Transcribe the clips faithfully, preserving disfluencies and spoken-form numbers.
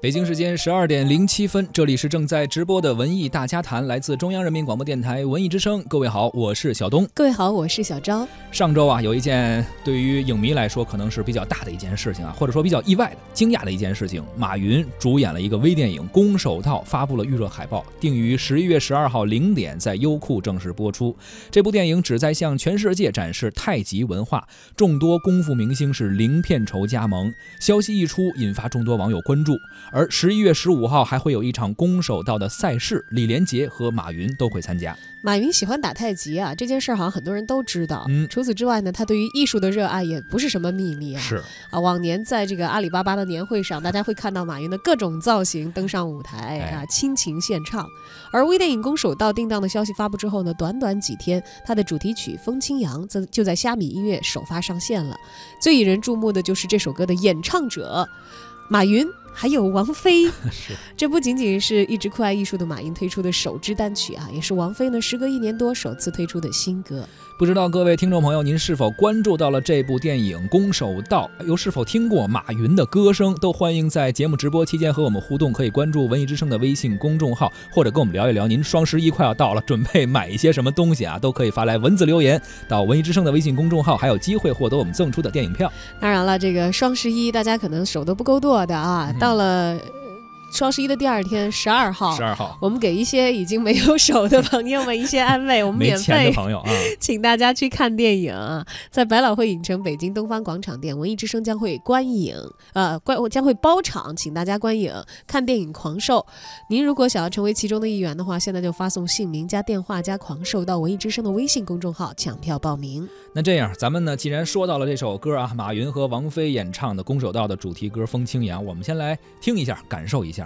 北京时间十二点零七分，这里是正在直播的文艺大家谈，来自中央人民广播电台文艺之声。各位好，我是小东。 各位好，我是小昭。 上周啊，有一件对于影迷来说可能是比较大的一件事情啊，或者说比较意外的、惊讶的一件事情。马云主演了一个微电影《攻守道》，发布了预热海报，定于十一月十二号零点在优酷正式播出。这部电影旨在向全世界展示太极文化，众多功夫明星是零片酬加盟。消息一出，引发众多网友关注。而十一月十五号还会有一场攻守道的赛事，李连杰和马云都会参加。 马云喜欢打太极啊，这件事好像很多人都知道。 嗯， 除此之外呢，他对于艺术的热爱也不是什么秘密啊。 是啊，往年在这个阿里巴巴的年会上，大家会看到马云的各种造型登上舞台啊，倾情献唱。而微电影《攻守道》定档的消息发布之后呢，短短几天，它的主题曲《风清扬》就在虾米音乐首发上线了。最引人注目的就是这首歌的演唱者马云还有王菲这不仅仅是一直酷爱艺术的马云推出的首支单曲啊，也是王菲呢时隔一年多首次推出的新歌。 不知道各位听众朋友，您是否关注到了这部电影《攻守道》，又是否听过马云的歌声？都欢迎在节目直播期间和我们互动，可以关注文艺之声的微信公众号，或者跟我们聊一聊您双十一快要到了，准备买一些什么东西啊，都可以发来文字留言到文艺之声的微信公众号，还有机会获得我们赠出的电影票。 当然了，这个双十一大家可能手都不够剁的啊，嗯、到了双十一的第二天，十二号， 十二号， 我们给一些已经没有手的朋友们一些安慰，我们免费没钱的朋友啊， 请大家去看电影啊，在百老汇影城北京东方广场店，文艺之声将会观影，呃，观将会包场，请大家观影看电影狂兽。您如果想要成为其中的一员的话，现在就发送姓名加电话加狂兽到文艺之声的微信公众号抢票报名。 那这样，咱们呢，既然说到了这首歌啊，马云和王菲演唱的《攻守道》的主题歌《风清扬》，我们先来听一下，感受一下。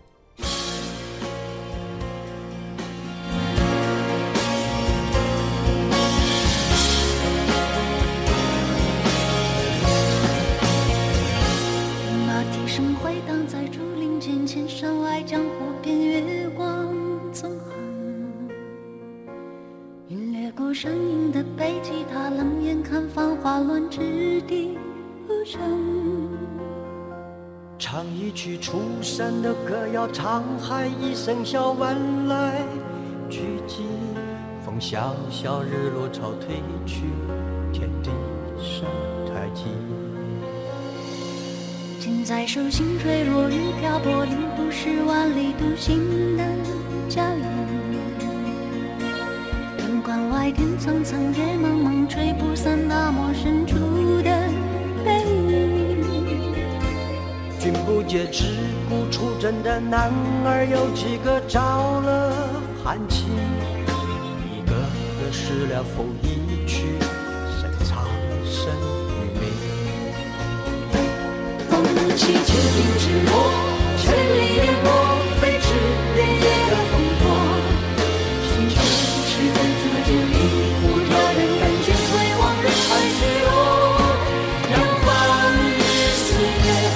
马蹄声回荡在竹林间，千山外江湖边，月光纵横。云掠过山影的北极，他冷眼看繁华乱之地无声。 唱一曲出山的歌谣，沧海一声笑，万籁俱寂。风萧萧，日落潮退去，天地生太极。 剑在手，心坠落，日漂泊，领不是万里独行的脚印。阳关外，天苍苍，野茫茫，吹不散大漠深处的背影。 君不见自古出征的男儿有几个着了寒气，一个个失了风一去，深藏身于民。 风起千里之落，千里烟波，飞驰连夜的风波。心中是分着剑灵，不着人人间回望人海之落。仰望日四月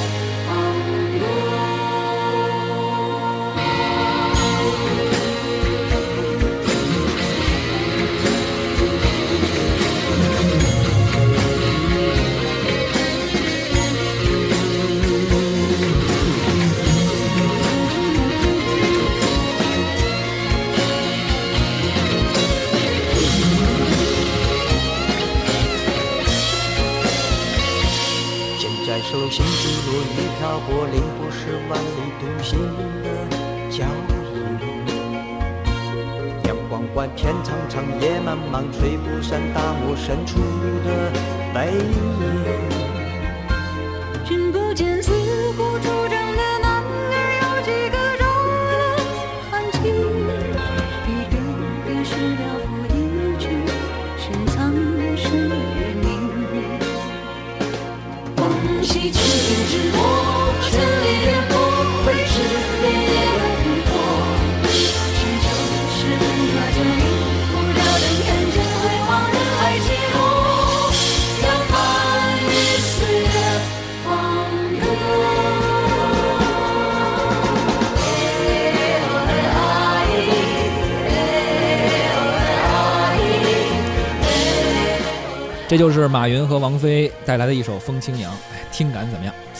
手心之路一漂泊，领不是万里独行的脚印。阳光关，天苍苍，野茫茫，吹不散大漠深处的背影。 君不见四顾出征的男儿有几个着了寒气，一个个失了负一去，深藏身于民。风起千里之波，千里烟波，飞驰连夜的风波。是就是分抓剑灵，不着人看见回望人海起落。扬帆于四月放歌。 这就是马云和王菲带来的一首《风清扬》，哎，听感怎么样？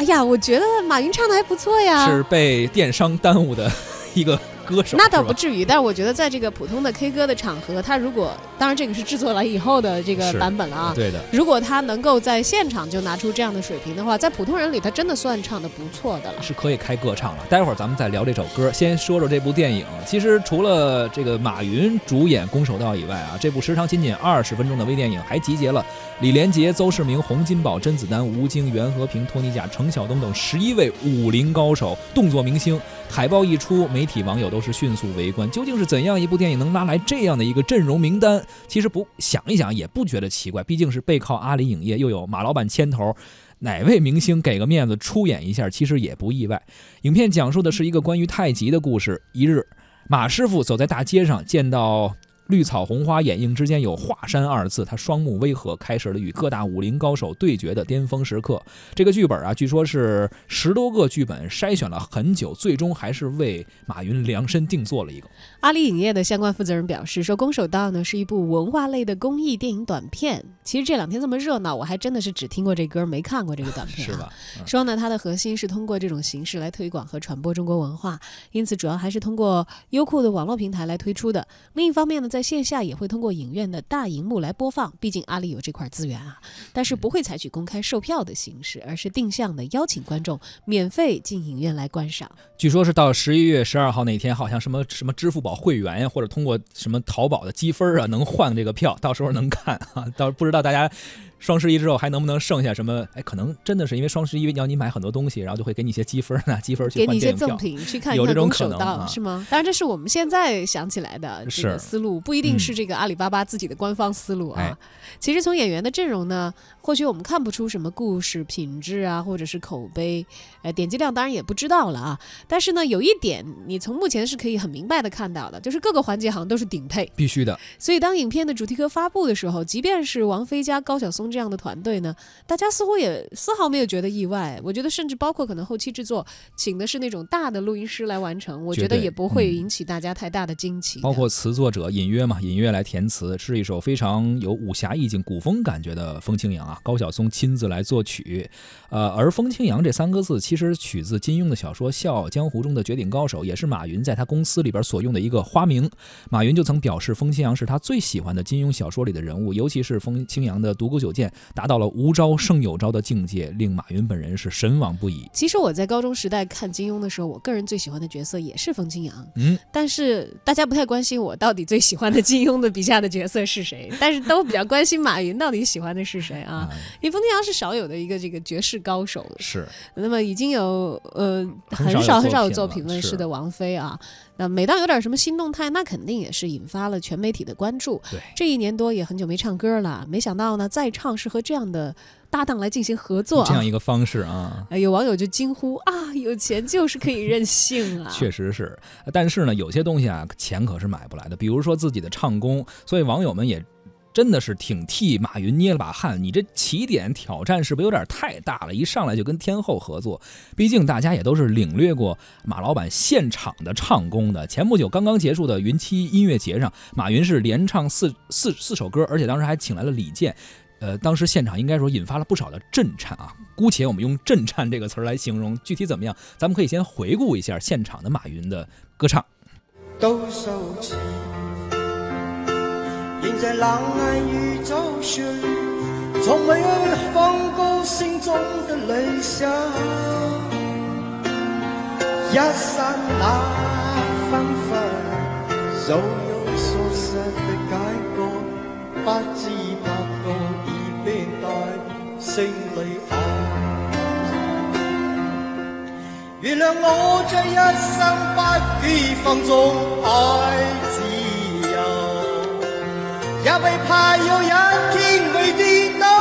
哎呀，我觉得马云唱的还不错呀。 是被电商耽误的一个歌手。 那倒不至于，但是我觉得在这个普通的 K 歌的场合，他如果当然这个是制作了以后的这个版本了啊， 对的。 如果他能够在现场就拿出这样的水平的话，在普通人里他真的算唱的不错的了， 是可以开歌唱了。待会儿咱们再聊这首歌，先说说这部电影。其实除了这个马云主演《攻守道》以外啊，这部时长仅仅二十分钟的微电影还集结了李连杰、邹市明、洪金宝、甄子丹、吴京、袁和平、托尼贾、程晓东等十一位武林高手、动作明星。海报一出，媒体网友都是迅速围观。究竟是怎样一部电影能拉来这样的一个阵容名单？其实不想一想也不觉得奇怪，毕竟是背靠阿里影业，又有马老板牵头，哪位明星给个面子出演一下，其实也不意外。影片讲述的是一个关于太极的故事。一日，马师傅走在大街上，见到绿草红花掩映之间有华山二字，他双目微合，开始了与各大武林高手对决的巅峰时刻。这个剧本啊，据说是十多个剧本筛选了很久，最终还是为马云量身定做了一个。 阿里影业的相关负责人表示说，《攻守道》呢是一部文化类的公益电影短片。其实这两天这么热闹，我还真的是只听过这歌，没看过这个短片、啊、 是吧、嗯、 说呢，它的核心是通过这种形式来推广和传播中国文化，因此主要还是通过优酷的网络平台来推出的。另一方面呢，在线下也会通过影院的大荧幕来播放，毕竟阿里有这块资源啊，但是不会采取公开售票的形式，而是定向的邀请观众免费进影院来观赏。 据说是到十一月十二号那天，好像什么什么支付宝会员呀，或者通过什么淘宝的积分啊，能换这个票，到时候能看啊。到不知道大家双十一之后还能不能剩下什么？哎，可能真的是因为双十一要你买很多东西，然后就会给你一些积分啊，积分去换电影票， 给你一些赠品去看一看有这种攻守道、 可能、啊、 是吗？当然这是我们现在想起来的这个思路，不一定是这个阿里巴巴自己的官方思路啊。 嗯、 其实从演员的阵容呢，或许我们看不出什么故事品质啊，或者是口碑，呃，点击量当然也不知道了啊。但是呢，有一点你从目前是可以很明白的看到的，就是各个环节好像都是顶配， 必须的。 所以当影片的主题歌发布的时候，即便是王菲加高晓松这样的团队呢，大家似乎也丝毫没有觉得意外。我觉得甚至包括可能后期制作请的是那种大的录音师来完成，我觉得也不会引起大家太大的惊奇、嗯、 包括词作者尹约嘛，尹约来填词，是一首非常有武侠意境古风感觉的风清扬啊，高晓松亲自来作曲。呃，而风清扬这三个字其实取自金庸的小说《笑傲江湖》中的绝顶高手，也是马云在他公司里边所用的一个花名。马云就曾表示风清扬是他最喜欢的金庸小说里的人物，尤其是风清扬的独孤九剑达到了无招胜有招的境界，令马云本人是神往不已。 其实我在高中时代看金庸的时候，我个人最喜欢的角色也是风清扬， 嗯， 但是大家不太关心我到底最喜欢的金庸的笔下的角色是谁，但是都比较关心马云到底喜欢的是谁啊？因为风清扬是少有的一个这个绝世高手， 是。 那么已经有呃很少很少有作品问世的王菲啊，那每当有点什么新动态，那肯定也是引发了全媒体的关注。 对， 这一年多也很久没唱歌了，没想到呢再唱是和这样的搭档来进行合作、啊， 这样一个方式啊， 有网友就惊呼啊，有钱就是可以任性啊！ 确实是，但是呢，有些东西啊，钱可是买不来的，比如说自己的唱功，所以网友们也真的是挺替马云捏了把汗。你这起点挑战是不是有点太大了？一上来就跟天后合作，毕竟大家也都是领略过马老板现场的唱功的。前不久刚刚结束的云七音乐节上，马云是连唱四四四首歌，而且当时还请来了李健。呃，当时现场应该说引发了不少的震颤啊，姑且我们用震颤这个词来形容，具体怎么样，咱们可以先回顾一下现场的马云的歌唱。 都收起，现在冷眼与周旋，从未放过心中的理想，一刹那纷纷，早有所失的解过，不知不覺已變大勝利法。原諒我這一生不羈放縱愛自由，也未怕有一天會跌倒。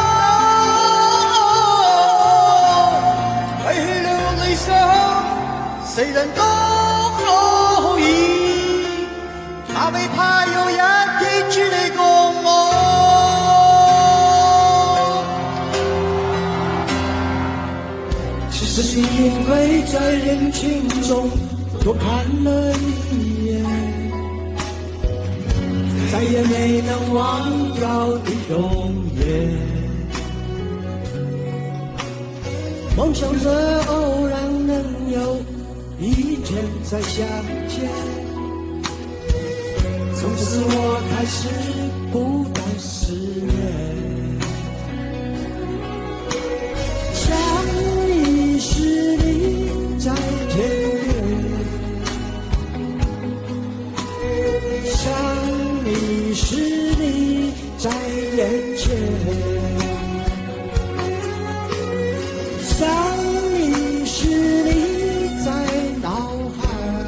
為了理想，誰人都可以，也未怕有一天處理過我。只是因為在人群中多看了一眼，再也沒能忘掉的容顏。 梦想着偶然能有一天再相见，从此我开始不再失眠，想你时你在天边，想你时你在眼前，想你时你在脑海，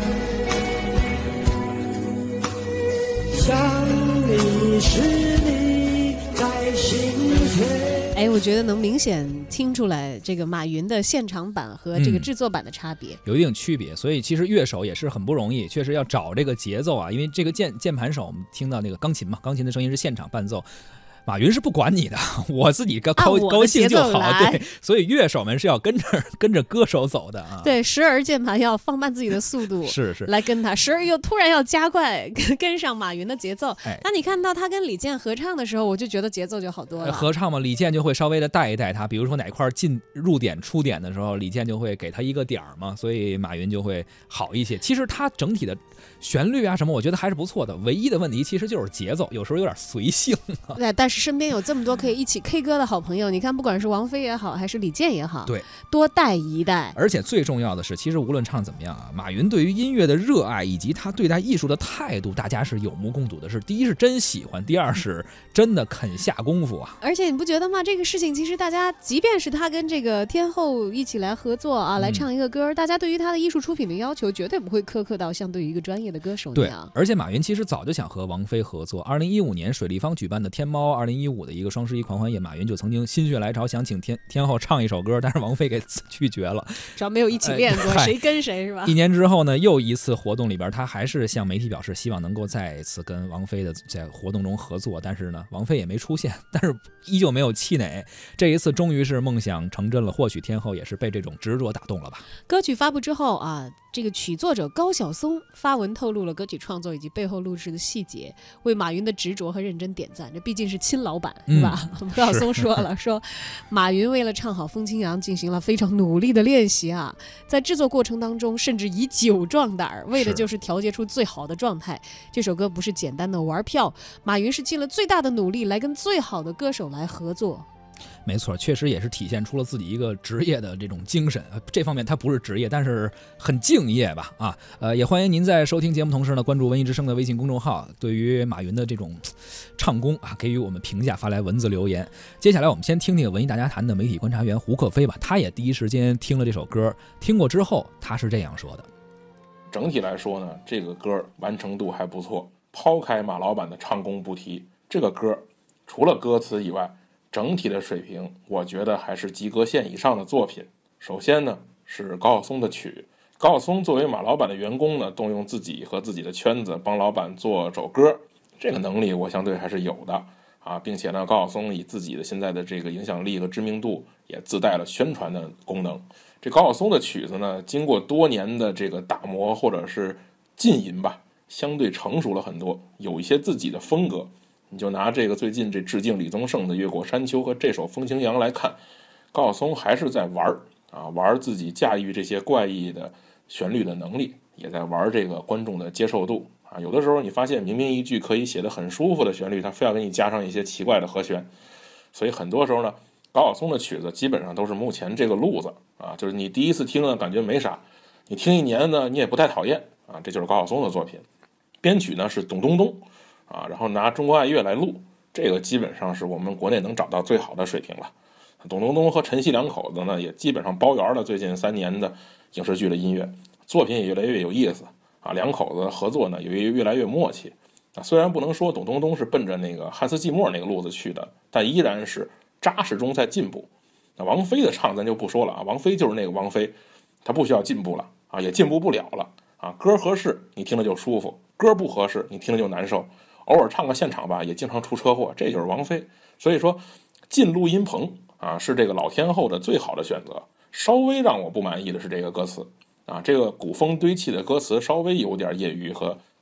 想你时你在心田。 哎，我觉得能明显听出来这个马云的现场版和这个制作版的差别， 嗯、有一定区别。所以其实乐手也是很不容易，确实要找这个节奏啊。因为这个键键盘手，我们听到那个钢琴嘛，钢琴的声音是现场伴奏。马云是不管你的，我自己高高高兴就好，对，所以乐手们是要跟着跟着歌手走的啊。 对，时而键盘要放慢自己的速度， 是是， 来跟他；时而又突然要加快，跟上马云的节奏。哎，当你看到他跟李健合唱的时候，我就觉得节奏就好多了。 合唱嘛，李健就会稍微的带一带他，比如说哪块进入点出点的时候，李健就会给他一个点儿嘛，所以马云就会好一些。其实他整体的旋律啊什么，我觉得还是不错的。唯一的问题其实就是节奏，有时候有点随性、啊。 对，但是身边有这么多可以一起 K 歌的好朋友，你看，不管是王菲也好，还是李健也好， 对， 多带一带。 而且最重要的是，其实无论唱怎么样啊，马云对于音乐的热爱以及他对待艺术的态度，大家是有目共睹的。是第一是真喜欢，第二是真的肯下功夫啊。 而且你不觉得吗？这个事情其实大家，即便是他跟这个天后一起来合作啊，来唱一个歌，嗯、大家对于他的艺术出品的要求绝对不会苛刻到像对于一个专业的歌手那样。 对，而且马云其实早就想和王菲合作。二零一五年水立方举办的天猫二零一五的一个双十一狂欢夜，马云就曾经心血来潮想请天天后唱一首歌，但是王菲给拒绝了， 只要没有一起练过，哎、谁跟谁是吧？ 一年之后呢，又一次活动里边，他还是向媒体表示希望能够再次跟王菲的在活动中合作，但是呢，王菲也没出现，但是依旧没有气馁。这一次终于是梦想成真了，或许天后也是被这种执着打动了吧。 歌曲发布之后啊，这个曲作者高晓松发文透露了歌曲创作以及背后录制的细节，为马云的执着和认真点赞。这毕竟是亲老板，是吧？嗯、高晓松说了，说马云为了唱好《风清扬》进行了非常努力的练习啊，在制作过程当中甚至以酒壮胆，为的就是调节出最好的状态。这首歌不是简单的玩票，马云是尽了最大的努力来跟最好的歌手来合作。 没错，确实也是体现出了自己一个职业的这种精神。这方面他不是职业，但是很敬业吧？啊，呃，也欢迎您在收听节目同时呢，关注文艺之声的微信公众号，对于马云的这种唱功啊，给予我们评价，发来文字留言。接下来我们先听听文艺大家谈的媒体观察员胡克飞吧，他也第一时间听了这首歌，听过之后他是这样说的： 整体来说呢，这个歌完成度还不错，抛开马老板的唱功不提，这个歌除了歌词以外，整体的水平我觉得还是及格线以上的作品。首先呢是高晓松的曲，高晓松作为马老板的员工呢，动用自己和自己的圈子帮老板做首歌，这个能力我相对还是有的啊，并且呢高晓松以自己的现在的这个影响力和知名度也自带了宣传的功能。这高晓松的曲子呢，经过多年的这个打磨或者是浸淫吧，相对成熟了很多，有一些自己的风格。你就拿这个最近这致敬李宗盛的《越过山丘》和这首《风清扬》来看，高晓松还是在玩啊，玩自己驾驭这些怪异的旋律的能力，也在玩这个观众的接受度啊。有的时候你发现明明一句可以写得很舒服的旋律，他非要给你加上一些奇怪的和弦，所以很多时候呢，高晓松的曲子基本上都是目前这个路子啊，就是你第一次听呢感觉没啥，你听一年呢你也不太讨厌啊，这就是高晓松的作品。编曲呢是董冬冬。啊，然后拿中国爱乐来录，这个基本上是我们国内能找到最好的水平了。董冬冬和陈曦两口子呢，也基本上包圆了最近三年的影视剧的音乐作品，也越来越有意思啊。两口子合作呢，也越来越默契啊。虽然不能说董冬冬是奔着那个汉斯季默那个路子去的，但依然是扎实中在进步。那王菲的唱咱就不说了啊，王菲就是那个王菲，她不需要进步了啊，也进步不了了啊。歌合适你听着就舒服，歌不合适你听着就难受。偶尔唱个现场吧，也经常出车祸，这就是王菲。所以说，进录音棚啊，是这个老天后的最好的选择。稍微让我不满意的是这个歌词啊，这个古风堆砌的歌词稍微有点业余和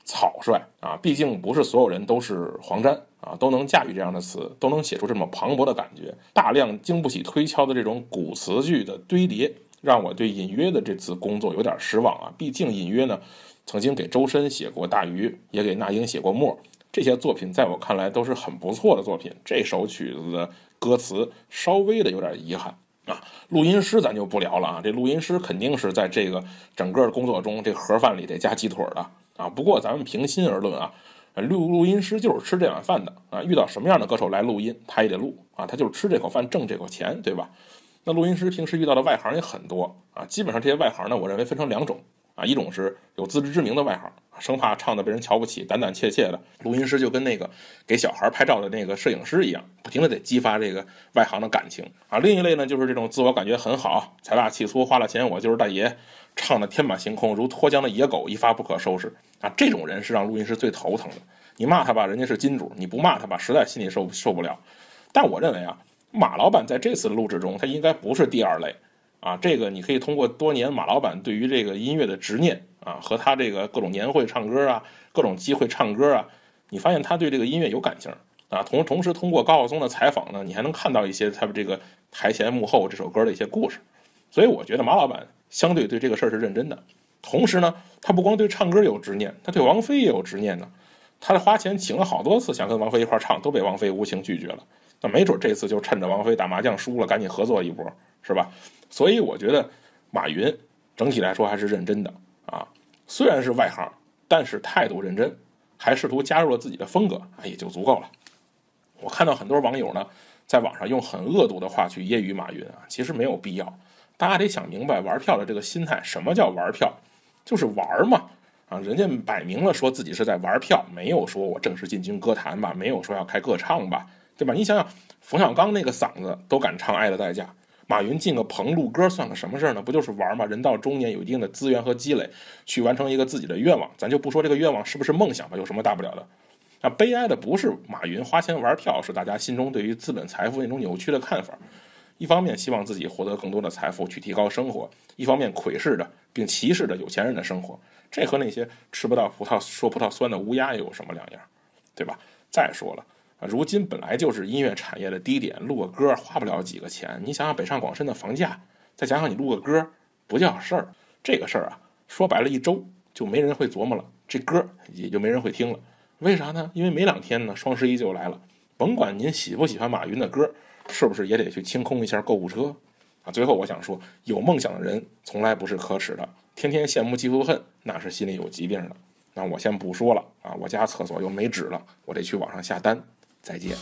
草率啊，毕竟不是所有人都是黄沾啊，都能驾驭这样的词，都能写出这么磅礴的感觉。大量经不起推敲的这种古词句的堆叠，让我对隐约的这次工作有点失望啊。毕竟隐约呢，曾经给周深写过《大鱼》，也给那英写过《墨》，这些作品在我看来都是很不错的作品。这首曲子的歌词稍微的有点遗憾啊。录音师咱就不聊了啊，这录音师肯定是在这个整个工作中，这盒饭里得加鸡腿的啊。不过咱们平心而论啊，录录音师就是吃这碗饭的啊。遇到什么样的歌手来录音，他也得录啊，他就是吃这口饭挣这口钱，对吧？那录音师平时遇到的外行也很多啊，基本上这些外行呢，我认为分成两种啊，一种是有自知之明的外行，生怕唱的被人瞧不起，胆胆怯怯的录音师就跟那个给小孩拍照的那个摄影师一样，不停的得激发这个外行的感情啊。另一类呢，就是这种自我感觉很好，财大气粗，花了钱我就是大爷，唱的天马行空，如脱缰的野狗，一发不可收拾啊！这种人是让录音师最头疼的。你骂他吧，人家是金主；你不骂他吧，实在心里受受不了。但我认为啊，马老板在这次的录制中，他应该不是第二类啊。这个你可以通过多年马老板对于这个音乐的执念啊，和他这个各种年会唱歌啊，各种机会唱歌啊，你发现他对这个音乐有感情啊。同同时通过高晓松的采访呢，你还能看到一些他们这个台前幕后这首歌的一些故事。所以我觉得马老板相对对这个事儿是认真的，同时呢，他不光对唱歌有执念，他对王菲也有执念呢。他花钱请了好多次，想跟王菲一块唱，都被王菲无情拒绝了。那没准这次就趁着王菲打麻将输了，赶紧合作一波，是吧？所以我觉得马云整体来说还是认真的啊，虽然是外行，但是态度认真，还试图加入了自己的风格，啊，也就足够了。我看到很多网友呢，在网上用很恶毒的话去揶揄马云啊，其实没有必要。大家得想明白玩票的这个心态，什么叫玩票？就是玩嘛，啊，人家摆明了说自己是在玩票，没有说我正式进军歌坛吧，没有说要开歌唱吧，对吧？你想想，冯小刚那个嗓子都敢唱《爱的代价》，马云进个棚录歌算个什么事呢？不就是玩吗？人到中年有一定的资源和积累，去完成一个自己的愿望，咱就不说这个愿望是不是梦想吧，有什么大不了的？那悲哀的不是马云花钱玩票，是大家心中对于资本财富那种扭曲的看法。一方面希望自己获得更多的财富去提高生活，一方面窥视着并歧视着有钱人的生活，这和那些吃不到葡萄说葡萄酸的乌鸦又有什么两样，对吧？再说了，如今本来就是音乐产业的低点，录个歌花不了几个钱，你想想北上广深的房价，再想想你录个歌不叫事儿，这个事儿啊，说白了一周就没人会琢磨了，这歌也就没人会听了。为啥呢？因为没两天呢，双十一就来了，甭管您喜不喜欢马云的歌，是不是也得去清空一下购物车啊？最后我想说，有梦想的人从来不是可耻的，天天羡慕嫉妒恨，那是心里有疾病的。那我先不说了啊，我家厕所又没纸了，我得去网上下单。再见。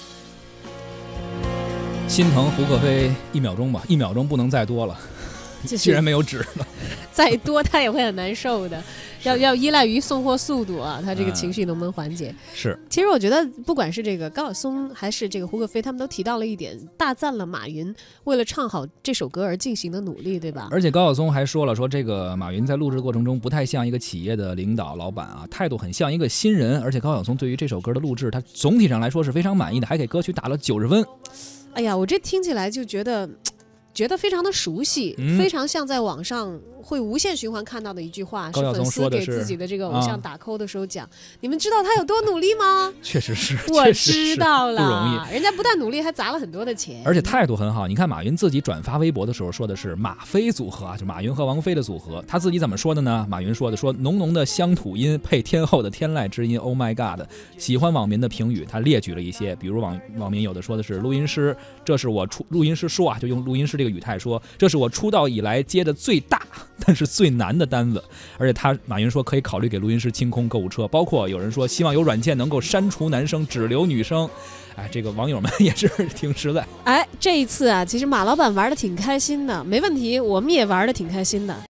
心疼胡可飞一秒钟吧，一秒钟不能再多了。既然没有纸了， 再多他也会很难受的。要要依赖于送货速度啊，他这个情绪能不能缓解？嗯、 是。 其实我觉得，不管是这个高晓松还是这个胡可飞，他们都提到了一点，大赞了马云为了唱好这首歌而进行的努力，对吧？ 而且高晓松还说了，说这个马云在录制过程中不太像一个企业的领导老板啊，态度很像一个新人。而且高晓松对于这首歌的录制，他总体上来说是非常满意的，还给歌曲打了九十分。 哎呀，我这听起来就觉得。觉得非常的熟悉、嗯、非常像在网上会无限循环看到的一句话，是粉丝给自己的这个偶像打 call 的时候讲、啊、你们知道他有多努力吗？ 确实是， 我知道了， 不容易， 人家不但努力还砸了很多的钱， 而且态度很好。你看马云自己转发微博的时候说的是马飞组合啊，就马云和王菲的组合，他自己怎么说的呢？马云说的，说浓浓的乡土音配天后的天籁之音 Oh my god， 喜欢网民的评语他列举了一些，比如网网民有的说的是录音师，这是我出录音师说啊，就用录音师这个语态说，这是我出道以来接的最大但是最难的单子。而且他马云说可以考虑给录音师清空购物车，包括有人说希望有软件能够删除男生只留女生。哎，这个网友们也是挺实在。 哎，这一次啊，其实马老板玩的挺开心的，没问题，我们也玩的挺开心的。